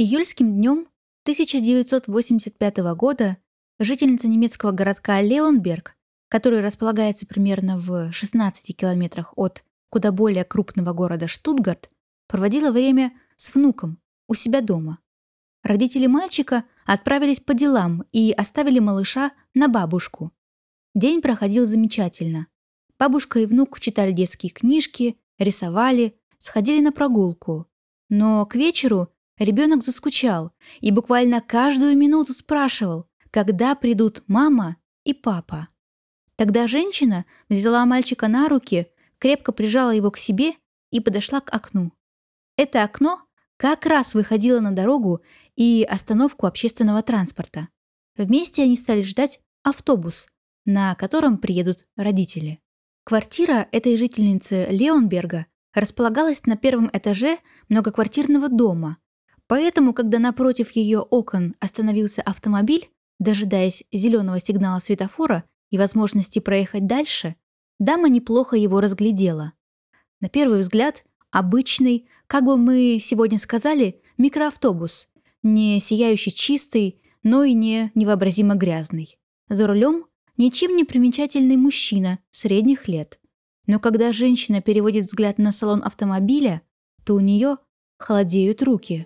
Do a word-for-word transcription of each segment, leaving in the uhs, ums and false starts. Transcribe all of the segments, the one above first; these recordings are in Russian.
Июльским днем тысяча девятьсот восемьдесят пятого года жительница немецкого городка Леонберг, который располагается примерно в шестнадцати километрах от куда более крупного города Штутгарт, проводила время с внуком у себя дома. Родители мальчика отправились по делам и оставили малыша на бабушку. День проходил замечательно. Бабушка и внук читали детские книжки, рисовали, сходили на прогулку. Но к вечеру ребенок заскучал и буквально каждую минуту спрашивал, когда придут мама и папа. Тогда женщина взяла мальчика на руки, крепко прижала его к себе и подошла к окну. Это окно как раз выходило на дорогу и остановку общественного транспорта. Вместе они стали ждать автобус, на котором приедут родители. Квартира этой жительницы Леонберга располагалась на первом этаже многоквартирного дома. Поэтому, когда напротив ее окон остановился автомобиль, дожидаясь зеленого сигнала светофора и возможности проехать дальше, дама неплохо его разглядела. На первый взгляд, обычный, как бы мы сегодня сказали, микроавтобус, не сияющий чистый, но и не невообразимо грязный. За рулем ничем не примечательный мужчина средних лет. Но когда женщина переводит взгляд на салон автомобиля, то у нее холодеют руки.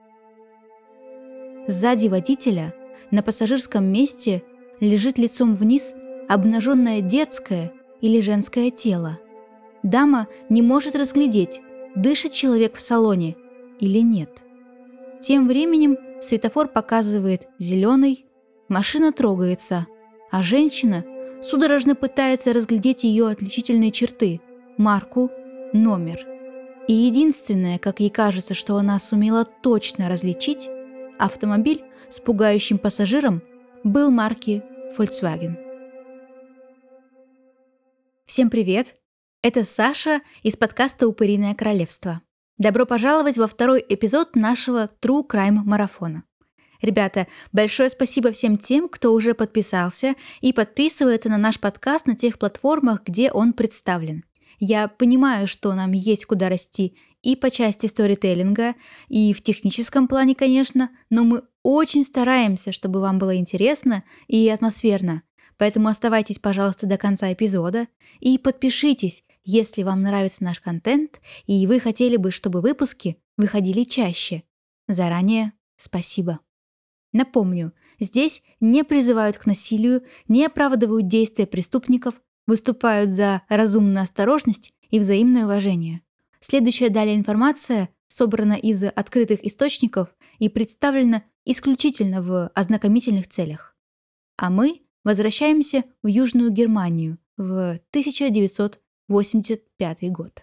Сзади водителя на пассажирском месте лежит лицом вниз обнаженное детское или женское тело. Дама не может разглядеть, дышит человек в салоне или нет. Тем временем светофор показывает зеленый, машина трогается, а женщина судорожно пытается разглядеть ее отличительные черты, марку, номер. И единственное, как ей кажется, что она сумела точно различить, автомобиль с пугающим пассажиром был марки Volkswagen. Всем привет! Это Саша из подкаста «Упыриное королевство». Добро пожаловать во второй эпизод нашего True Crime марафона. Ребята, большое спасибо всем тем, кто уже подписался и подписывается на наш подкаст на тех платформах, где он представлен. Я понимаю, что нам есть куда расти и по части сторителлинга, и в техническом плане, конечно, но мы очень стараемся, чтобы вам было интересно и атмосферно. Поэтому оставайтесь, пожалуйста, до конца эпизода и подпишитесь, если вам нравится наш контент и вы хотели бы, чтобы выпуски выходили чаще. Заранее спасибо. Напомню, здесь не призывают к насилию, не оправдывают действия преступников, выступают за разумную осторожность и взаимное уважение. Следующая далее информация собрана из открытых источников и представлена исключительно в ознакомительных целях. А мы возвращаемся в Южную Германию в тысяча девятьсот восемьдесят пятый год.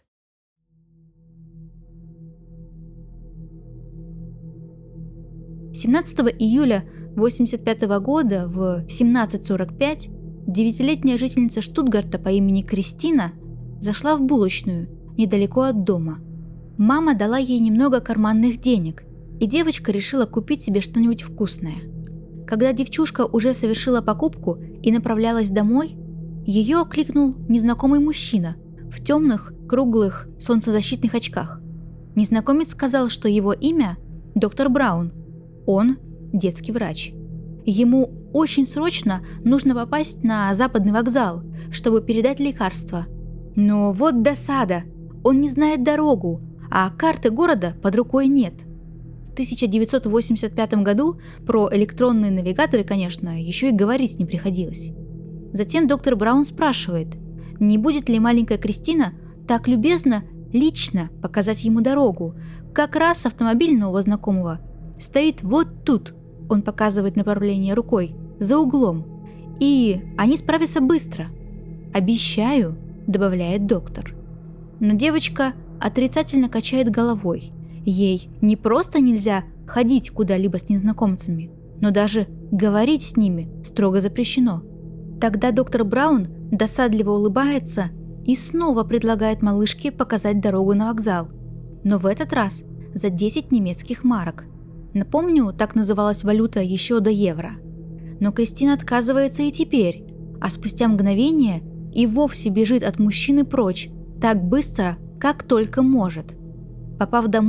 семнадцатого июля тысяча девятьсот восемьдесят пятого года в семнадцать сорок пять девятилетняя жительница Штутгарта по имени Кристина зашла в булочную недалеко от дома. Мама дала ей немного карманных денег, и девочка решила купить себе что-нибудь вкусное. Когда девчушка уже совершила покупку и направлялась домой, ее окликнул незнакомый мужчина в темных, круглых, солнцезащитных очках. Незнакомец сказал, что его имя – доктор Браун. Он – детский врач. Ему очень срочно нужно попасть на западный вокзал, чтобы передать лекарства. Но вот досада, он не знает дорогу, а карты города под рукой нет. В тысяча девятьсот восемьдесят пятом году про электронные навигаторы, конечно, еще и говорить не приходилось. Затем доктор Браун спрашивает, не будет ли маленькая Кристина так любезно лично показать ему дорогу. Как раз автомобиль нового знакомого стоит вот тут, он показывает направление рукой, за углом. И они справятся быстро. «Обещаю», — добавляет доктор. Но девочка отрицательно качает головой. Ей не просто нельзя ходить куда-либо с незнакомцами, но даже говорить с ними строго запрещено. Тогда доктор Браун досадливо улыбается и снова предлагает малышке показать дорогу на вокзал. Но в этот раз за десять немецких марок. Напомню, так называлась валюта еще до евро. Но Кристина отказывается и теперь, а спустя мгновение и вовсе бежит от мужчины прочь, так быстро, как только может. Попав домой,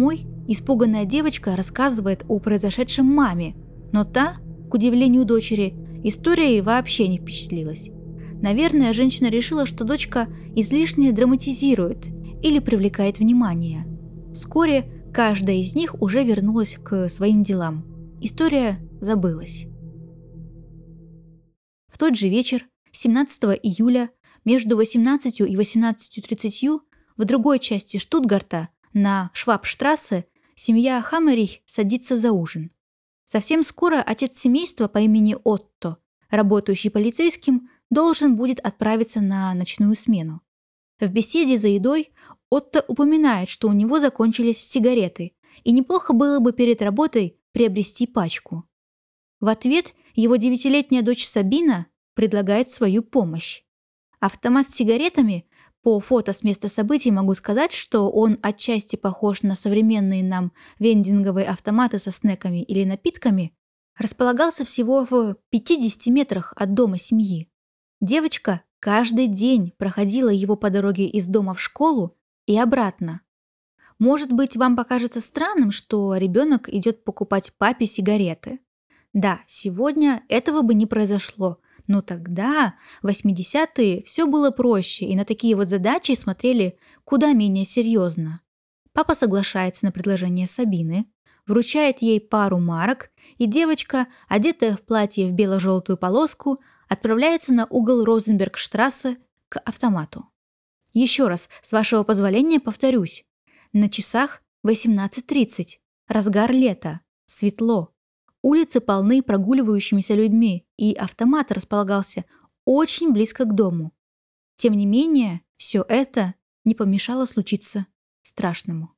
Испуганная девочка рассказывает о произошедшем маме, но та, к удивлению дочери, историей вообще не впечатлилась. Наверное, женщина решила, что дочка излишне драматизирует или привлекает внимание. Вскоре каждая из них уже вернулась к своим делам. История забылась. В тот же вечер, семнадцатого июля, между восемнадцатью и восемнадцатью тридцатью в другой части Штутгарта, на Швабштрассе, семья Хаммерих садится за ужин. Совсем скоро отец семейства по имени Отто, работающий полицейским, должен будет отправиться на ночную смену. В беседе за едой Отто упоминает, что у него закончились сигареты, и неплохо было бы перед работой приобрести пачку. В ответ его девятилетняя дочь Сабина предлагает свою помощь. Автомат с сигаретами, по фото с места событий могу сказать, что он отчасти похож на современные нам вендинговые автоматы со снеками или напитками, располагался всего в пятидесяти метрах от дома семьи. Девочка каждый день проходила его по дороге из дома в школу и обратно. Может быть, вам покажется странным, что ребенок идет покупать папе сигареты. Да, сегодня этого бы не произошло, но тогда, в восьмидесятые, все было проще, и на такие вот задачи смотрели куда менее серьезно. Папа соглашается на предложение Сабины, вручает ей пару марок, и девочка, одетая в платье в бело-желтую полоску, отправляется на угол Розенбергштрассе к автомату. Еще раз, с вашего позволения, повторюсь. На часах восемнадцать тридцать, разгар лета, светло. Улицы полны прогуливающимися людьми, и автомат располагался очень близко к дому. Тем не менее, все это не помешало случиться страшному.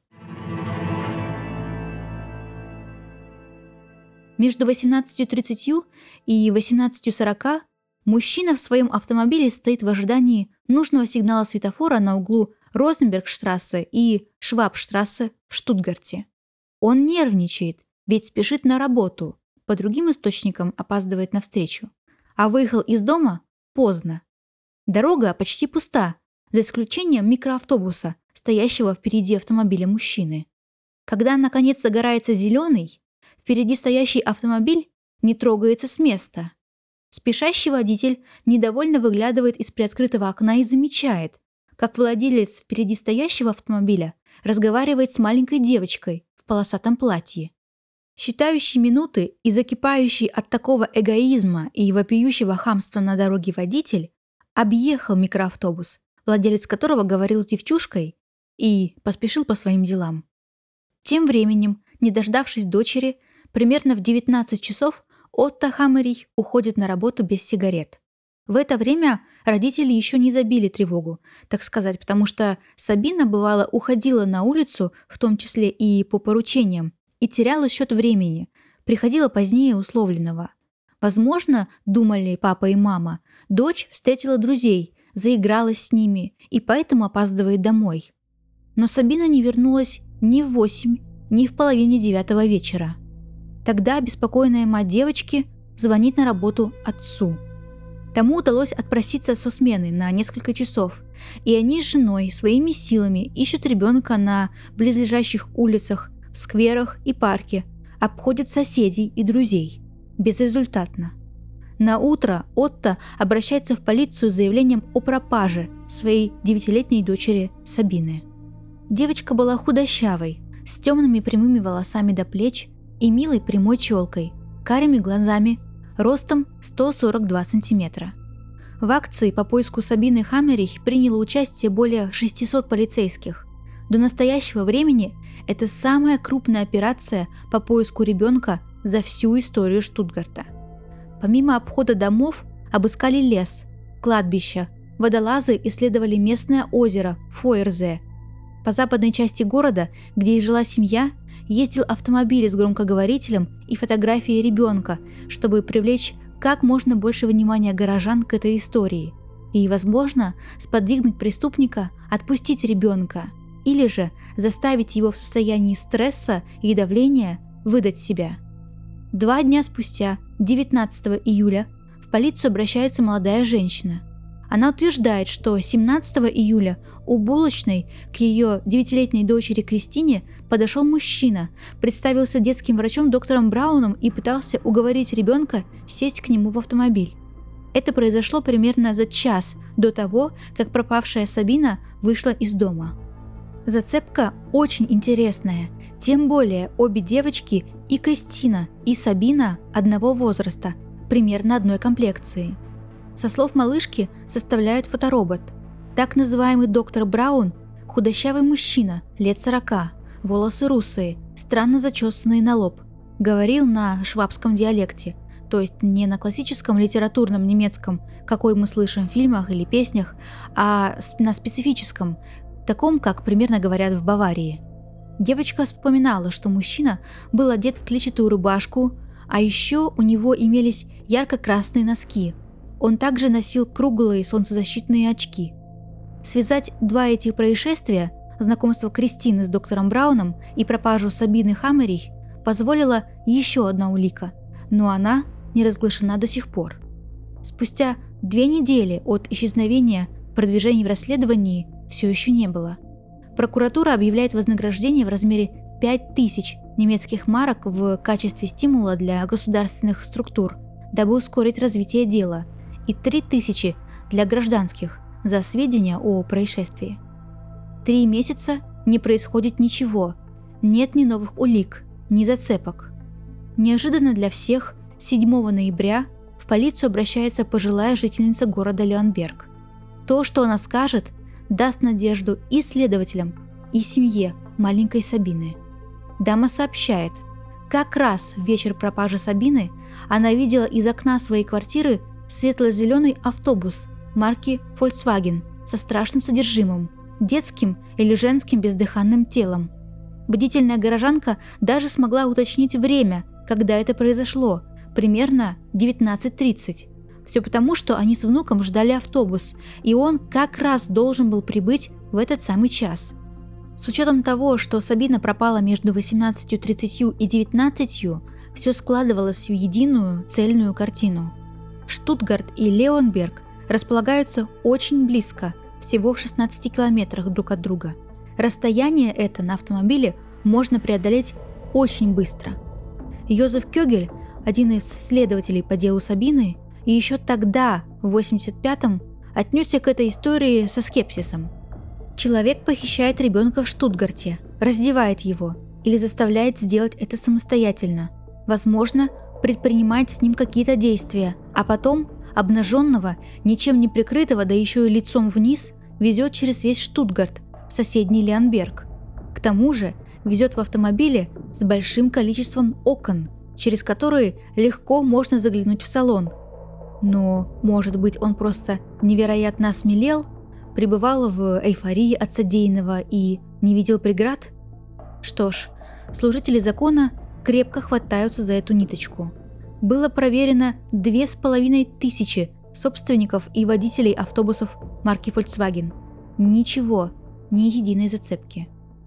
Между восемнадцатью тридцатью и восемнадцатью сорока мужчина в своем автомобиле стоит в ожидании нужного сигнала светофора на углу Розенбергштрассе и Швабштрассе в Штутгарте. Он нервничает, ведь спешит на работу, по другим источникам опаздывает на встречу, а выехал из дома поздно. Дорога почти пуста, за исключением микроавтобуса, стоящего впереди автомобиля мужчины. Когда, наконец, загорается зеленый, впереди стоящий автомобиль не трогается с места. Спешащий водитель недовольно выглядывает из приоткрытого окна и замечает, как владелец впереди стоящего автомобиля разговаривает с маленькой девочкой в полосатом платье. Считающий минуты и закипающий от такого эгоизма и вопиющего хамства на дороге водитель объехал микроавтобус, владелец которого говорил с девчушкой, и поспешил по своим делам. Тем временем, не дождавшись дочери, примерно в девятнадцать часов Отто Хаммерих уходит на работу без сигарет. В это время родители еще не забили тревогу, так сказать, потому что Сабина, бывало, уходила на улицу, в том числе и по поручениям, и теряла счет времени, приходила позднее условленного. Возможно, думали папа и мама, дочь встретила друзей, заигралась с ними и поэтому опаздывает домой. Но Сабина не вернулась ни в восемь, ни в половине девятого вечера. Тогда обеспокоенная мать девочки звонит на работу отцу. Тому удалось отпроситься со смены на несколько часов, и они с женой своими силами ищут ребенка на близлежащих улицах, в скверах и парке, обходят соседей и друзей. Безрезультатно. На утро Отто обращается в полицию с заявлением о пропаже своей девятилетней дочери Сабины. Девочка была худощавой, с темными прямыми волосами до плеч и милой прямой челкой, карими глазами, ростом сто сорок два сантиметра. В акции по поиску Сабины Хаммерих приняло участие более шестисот полицейских. До настоящего времени это самая крупная операция по поиску ребенка за всю историю Штутгарта. Помимо обхода домов, обыскали лес, кладбища, водолазы исследовали местное озеро Фойерзе. По западной части города, где и жила семья, ездил автомобиль с громкоговорителем и фотографией ребенка, чтобы привлечь как можно больше внимания горожан к этой истории и, возможно, сподвигнуть преступника отпустить ребенка или же заставить его в состоянии стресса и давления выдать себя. Два дня спустя, девятнадцатого июля, в полицию обращается молодая женщина. Она утверждает, что семнадцатого июля у булочной к ее девятилетней дочери Кристине подошел мужчина, представился детским врачом доктором Брауном и пытался уговорить ребенка сесть к нему в автомобиль. Это произошло примерно за час до того, как пропавшая Сабина вышла из дома. Зацепка очень интересная, тем более обе девочки, и Кристина, и Сабина, одного возраста, примерно одной комплекции. Со слов малышки составляют фоторобот. Так называемый доктор Браун – худощавый мужчина, лет сорока, волосы русые, странно зачесанные на лоб, говорил на швабском диалекте, то есть не на классическом литературном немецком, какой мы слышим в фильмах или песнях, а на специфическом, таком, как примерно говорят в Баварии. Девочка вспоминала, что мужчина был одет в клетчатую рубашку, а еще у него имелись ярко-красные носки. Он также носил круглые солнцезащитные очки. Связать два этих происшествия, знакомство Кристины с доктором Брауном и пропажу Сабины Хаммерих, позволила еще одна улика, но она не разглашена до сих пор. Спустя две недели от исчезновения продвижений в расследовании все еще не было. Прокуратура объявляет вознаграждение в размере пять тысяч немецких марок в качестве стимула для государственных структур, дабы ускорить развитие дела, и три тысячи для гражданских за сведения о происшествии. Три месяца не происходит ничего, нет ни новых улик, ни зацепок. Неожиданно для всех седьмого ноября в полицию обращается пожилая жительница города Леонберг. То, что она скажет, даст надежду и следователям, и семье маленькой Сабины. Дама сообщает, как раз в вечер пропажи Сабины она видела из окна своей квартиры светло-зеленый автобус марки Volkswagen со страшным содержимым, детским или женским бездыханным телом. Бдительная горожанка даже смогла уточнить время, когда это произошло, примерно девятнадцать тридцать. Все потому, что они с внуком ждали автобус, и он как раз должен был прибыть в этот самый час. С учетом того, что Сабина пропала между восемнадцатью тридцатью и девятнадцатью, все складывалось в единую цельную картину. Штутгарт и Леонберг располагаются очень близко, всего в шестнадцати километрах друг от друга. Расстояние это на автомобиле можно преодолеть очень быстро. Йозеф Кёгель, один из следователей по делу Сабины, и еще тогда, в восемьдесят пятом, отнесся к этой истории со скепсисом. Человек похищает ребенка в Штутгарте, раздевает его или заставляет сделать это самостоятельно. Возможно, предпринимает с ним какие-то действия, а потом обнаженного, ничем не прикрытого, да еще и лицом вниз, везет через весь Штутгарт, в соседний Леонберг. К тому же везет в автомобиле с большим количеством окон, через которые легко можно заглянуть в салон. Но, может быть, он просто невероятно осмелел, пребывал в эйфории от содеянного и не видел преград? Что ж, служители закона крепко хватаются за эту ниточку. Было проверено две с половиной тысячи собственников и водителей автобусов марки Volkswagen. Ничего, ни единой зацепки.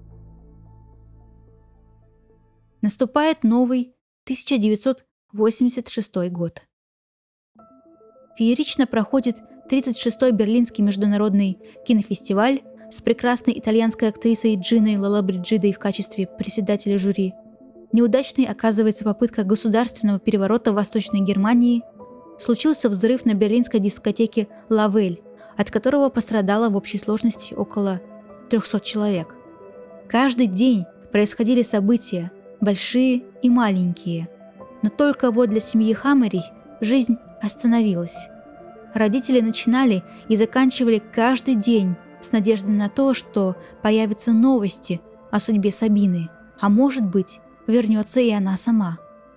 Наступает новый тысяча девятьсот восемьдесят шестой год. Феерично проходит тридцать шестой Берлинский международный кинофестиваль с прекрасной итальянской актрисой Джиной Лоллобриджидой в качестве председателя жюри. Неудачной оказывается попытка государственного переворота в Восточной Германии. Случился взрыв на берлинской дискотеке «Лавель», от которого пострадало в общей сложности около трехсот человек. Каждый день происходили события, большие и маленькие. Но только вот для семьи Хаммерих жизнь остановилась. Родители начинали и заканчивали каждый день с надеждой на то, что появятся новости о судьбе Сабины, а может быть, вернется и она сама.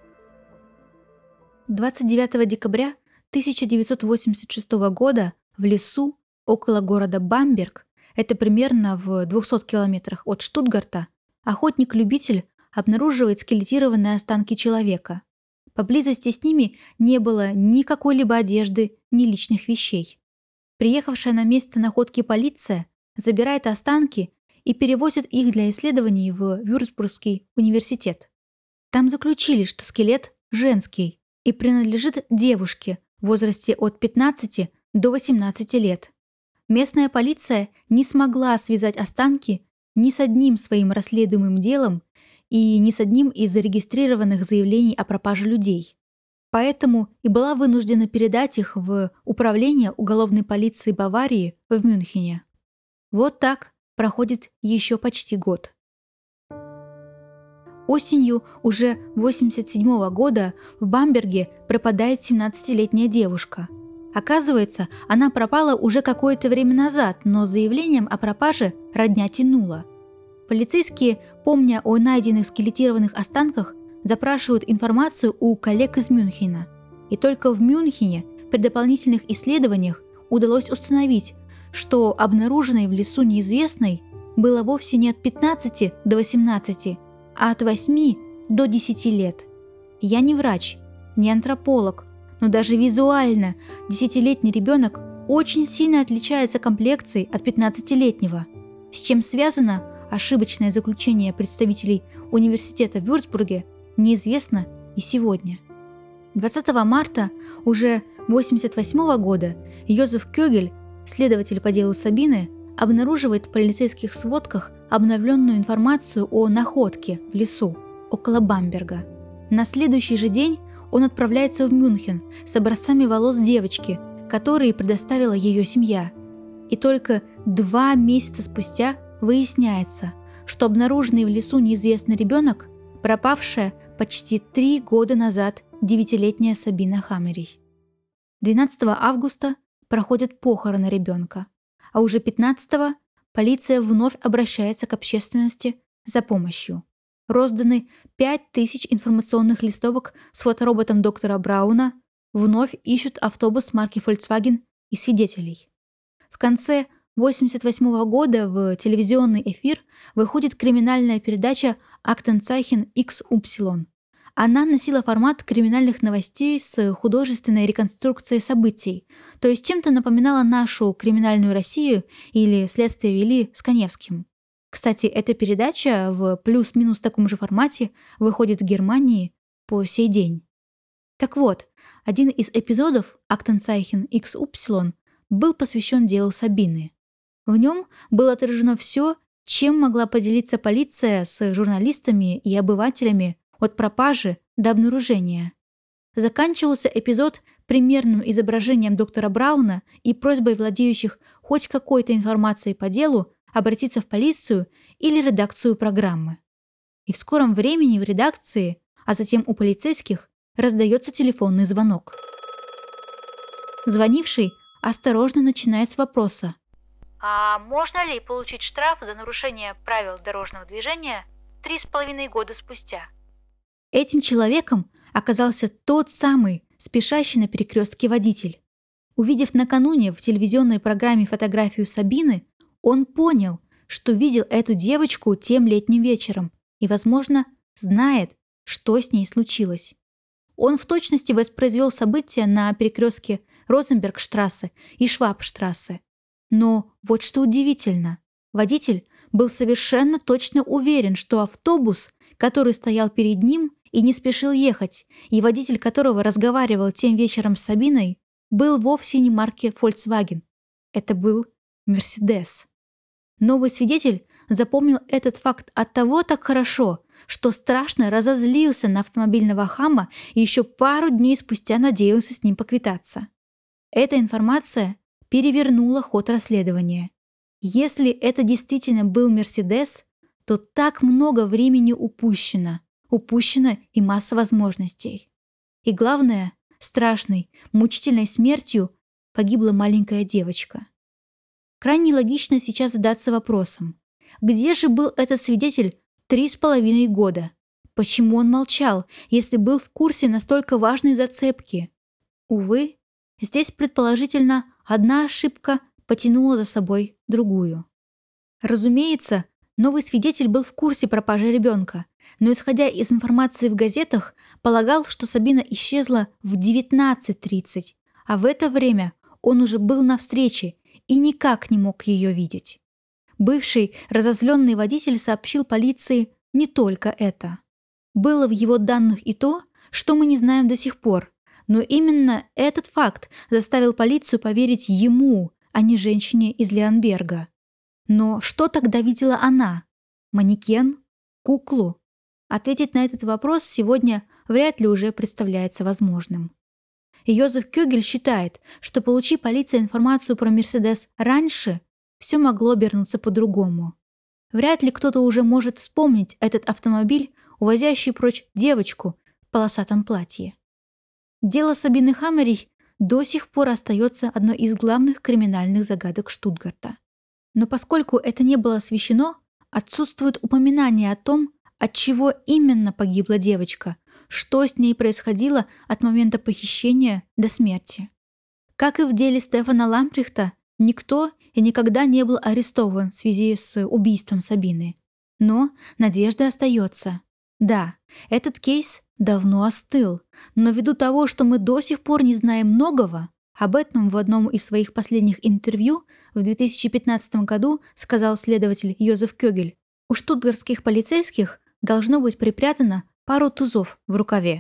двадцать девятого декабря тысяча девятьсот восемьдесят шестого года в лесу около города Бамберг, это примерно в двухстах километрах от Штутгарта, охотник-любитель обнаруживает скелетированные останки человека. Поблизости с ними не было ни какой-либо одежды, ни личных вещей. Приехавшая на место находки полиция забирает останки и перевозит их для исследований в Вюрцбургский университет. Там заключили, что скелет женский и принадлежит девушке в возрасте от пятнадцати до восемнадцати лет. Местная полиция не смогла связать останки ни с одним своим расследуемым делом и ни с одним из зарегистрированных заявлений о пропаже людей. Поэтому и была вынуждена передать их в Управление уголовной полиции Баварии в Мюнхене. Вот так проходит еще почти год. Осенью уже восемьдесят седьмого года в Бамберге пропадает семнадцатилетняя девушка. Оказывается, она пропала уже какое-то время назад, но заявлением о пропаже родня тянула. Полицейские, помня о найденных скелетированных останках, запрашивают информацию у коллег из Мюнхена. И только в Мюнхене при дополнительных исследованиях удалось установить, что обнаруженной в лесу неизвестной было вовсе не от пятнадцати до восемнадцати, а от восьми до десяти лет. Я не врач, не антрополог, но даже визуально десятилетний ребенок очень сильно отличается комплекцией от пятнадцатилетнего, с чем связано ошибочное заключение представителей университета в Вюрцбурге, неизвестно и сегодня. двадцатого марта уже восемьдесят восьмого года Йозеф Кёгель, следователь по делу Сабины, обнаруживает в полицейских сводках обновленную информацию о находке в лесу около Бамберга. На следующий же день он отправляется в Мюнхен с образцами волос девочки, которые предоставила ее семья. И только два месяца спустя выясняется, что обнаруженный в лесу неизвестный ребенок – пропавшая почти три года назад девятилетняя Сабина Хамерich. двенадцатого августа проходят похороны ребенка, а уже пятнадцатого полиция вновь обращается к общественности за помощью. Розданы пять тысяч информационных листовок с фотороботом доктора Брауна, вновь ищут автобус марки Volkswagen и свидетелей. В конце восемьдесят восьмого года в телевизионный эфир выходит криминальная передача «Aktenzeichen икс упсилон». Она носила формат криминальных новостей с художественной реконструкцией событий, то есть чем-то напоминала нашу «Криминальную Россию» или «Следствие вели» с Каневским. Кстати, эта передача в плюс-минус таком же формате выходит в Германии по сей день. Так вот, один из эпизодов «Aktenzeichen икс упсилон» был посвящен делу Сабины. В нем было отражено все, чем могла поделиться полиция с журналистами и обывателями от пропажи до обнаружения. Заканчивался эпизод примерным изображением доктора Брауна и просьбой владеющих хоть какой-то информацией по делу обратиться в полицию или редакцию программы. И в скором времени в редакции, а затем у полицейских, раздается телефонный звонок. Звонивший осторожно начинает с вопроса: А можно ли получить штраф за нарушение правил дорожного движения три с половиной года спустя? Этим человеком оказался тот самый спешащий на перекрестке водитель. Увидев накануне в телевизионной программе фотографию Сабины, он понял, что видел эту девочку тем летним вечером и, возможно, знает, что с ней случилось. Он в точности воспроизвел события на перекрестке Розенбергштрассе и Швабштрассе. Но вот что удивительно, водитель был совершенно точно уверен, что автобус, который стоял перед ним и не спешил ехать, и водитель которого разговаривал тем вечером с Сабиной, был вовсе не марки Volkswagen. Это был Мерседес. Новый свидетель запомнил этот факт от того так хорошо, что страшно разозлился на автомобильного хама и еще пару дней спустя надеялся с ним поквитаться. Эта информация перевернула ход расследования. Если это действительно был Мерседес, то так много времени упущено. Упущена и масса возможностей. И главное, страшной, мучительной смертью погибла маленькая девочка. Крайне логично сейчас задаться вопросом: где же был этот свидетель три с половиной года? Почему он молчал, если был в курсе настолько важной зацепки? Увы, здесь предположительно одна ошибка потянула за собой другую. Разумеется, новый свидетель был в курсе пропажи ребенка, но, исходя из информации в газетах, полагал, что Сабина исчезла в девятнадцать тридцать, а в это время он уже был на встрече и никак не мог ее видеть. Бывший разозленный водитель сообщил полиции не только это. Было в его данных и то, что мы не знаем до сих пор, Но именно этот факт заставил полицию поверить ему, а не женщине из Леонберга. Но что тогда видела она? Манекен? Куклу? Ответить на этот вопрос сегодня вряд ли уже представляется возможным. Йозеф Кёгель считает, что, получи полиция информацию про Мерседес раньше, все могло обернуться по-другому. Вряд ли кто-то уже может вспомнить этот автомобиль, увозящий прочь девочку в полосатом платье. Дело Сабины Хаммерих до сих пор остается одной из главных криминальных загадок Штутгарта. Но поскольку это не было освещено, отсутствует упоминание о том, от чего именно погибла девочка, что с ней происходило от момента похищения до смерти. Как и в деле Стефана Ламприхта, никто и никогда не был арестован в связи с убийством Сабины. Но надежда остается. Да, этот кейс давно остыл, но ввиду того, что мы до сих пор не знаем многого, об этом в одном из своих последних интервью в две тысячи пятнадцатом году сказал следователь Йозеф Кёгель, у штутгартских полицейских должно быть припрятано пару тузов в рукаве.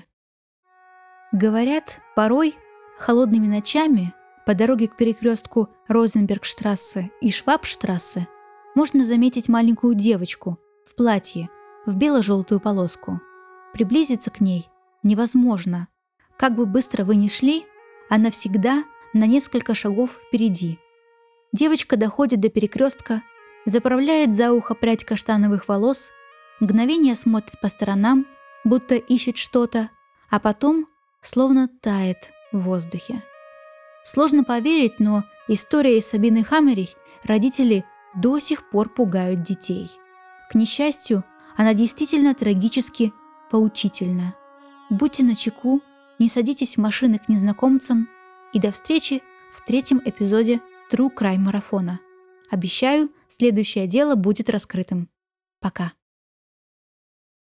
Говорят, порой холодными ночами по дороге к перекрестку Розенбергштрассе и Швабштрассе можно заметить маленькую девочку в платье, в бело-желтую полоску. Приблизиться к ней невозможно. Как бы быстро вы ни шли, она всегда на несколько шагов впереди. Девочка доходит до перекрестка, заправляет за ухо прядь каштановых волос, мгновение смотрит по сторонам, будто ищет что-то, а потом словно тает в воздухе. Сложно поверить, но история Сабины Хаммерих родители до сих пор пугают детей. К несчастью, она действительно трагически поучительна. Будьте начеку, не садитесь в машины к незнакомцам и до встречи в третьем эпизоде True Crime марафона. Обещаю, следующее дело будет раскрытым. Пока.